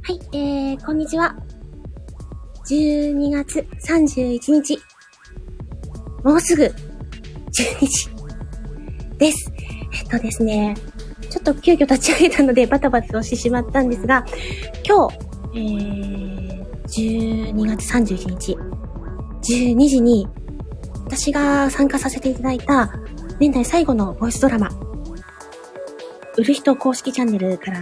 はい、こんにちは。12月31日。もうすぐ12時です。ですね、ちょっと急遽立ち上げたのでバタバタとしてしまったんですが、今日、12月31日、12時に、私が参加させていただいた、年内最後のボイスドラマ、売る人公式チャンネルから、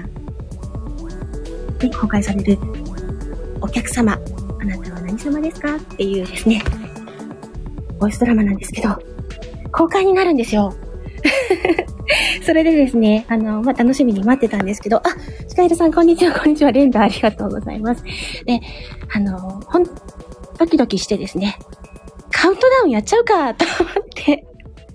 公開される、お客様、あなたは何様ですかっていうですね、ボイスドラマなんですけど、公開になるんですよ。それでですね、楽しみに待ってたんですけど、シカエルさん、こんにちは、こんにちは、連打ありがとうございます。で、ドキドキしてですね、カウントダウンやっちゃうか、と思って、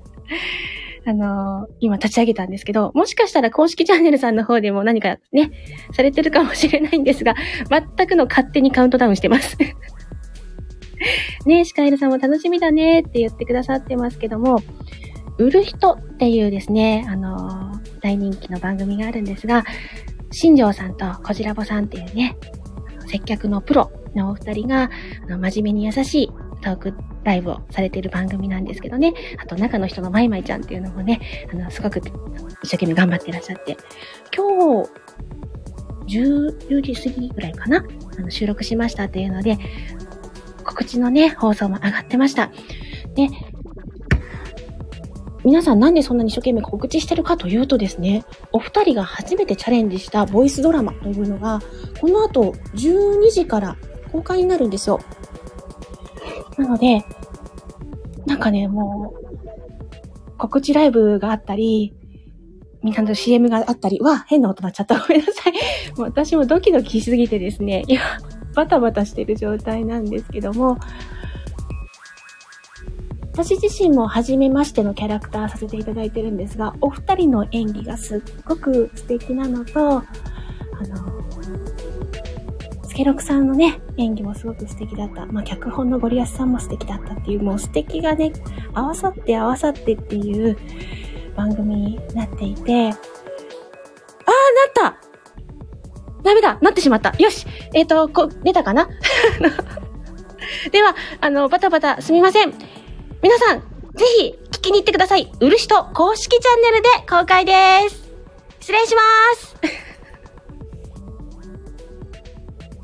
今立ち上げたんですけど、もしかしたら公式チャンネルさんの方でも何かね、されてるかもしれないんですが、全くの勝手にカウントダウンしてます。ね、シカエルさんも楽しみだねって言ってくださってますけども、売る人っていうですね、大人気の番組があるんですが、新庄さんとこじらぼさんっていうね、接客のプロのお二人が、真面目に優しいトークライブをされている番組なんですけどね、あと中の人のまいまいちゃんっていうのもね、すごく一生懸命頑張ってらっしゃって、今日、10時過ぎぐらいかな、収録しましたっていうので、告知のね、放送も上がってました。で、皆さんなんでそんなに一生懸命告知してるかというとですね、お二人が初めてチャレンジしたボイスドラマというのが、この後12時から公開になるんですよ。なので、なんかね、もう、告知ライブがあったり、みんなの CM があったり、変な音鳴っちゃった。ごめんなさい。もう私もドキドキしすぎてですね、今、バタバタしてる状態なんですけども、私自身も初めましてのキャラクターさせていただいてるんですが、お二人の演技がすっごく素敵なのと、スケロクさんのね、演技もすごく素敵だった。脚本のゴリアスさんも素敵だったっていう、もう素敵がね、合わさってっていう番組になっていて、なったダメだなってしまったよし出たかなでは、バタバタすみません。皆さん、ぜひ聞きに行ってください。売る人公式チャンネルで公開です。失礼します。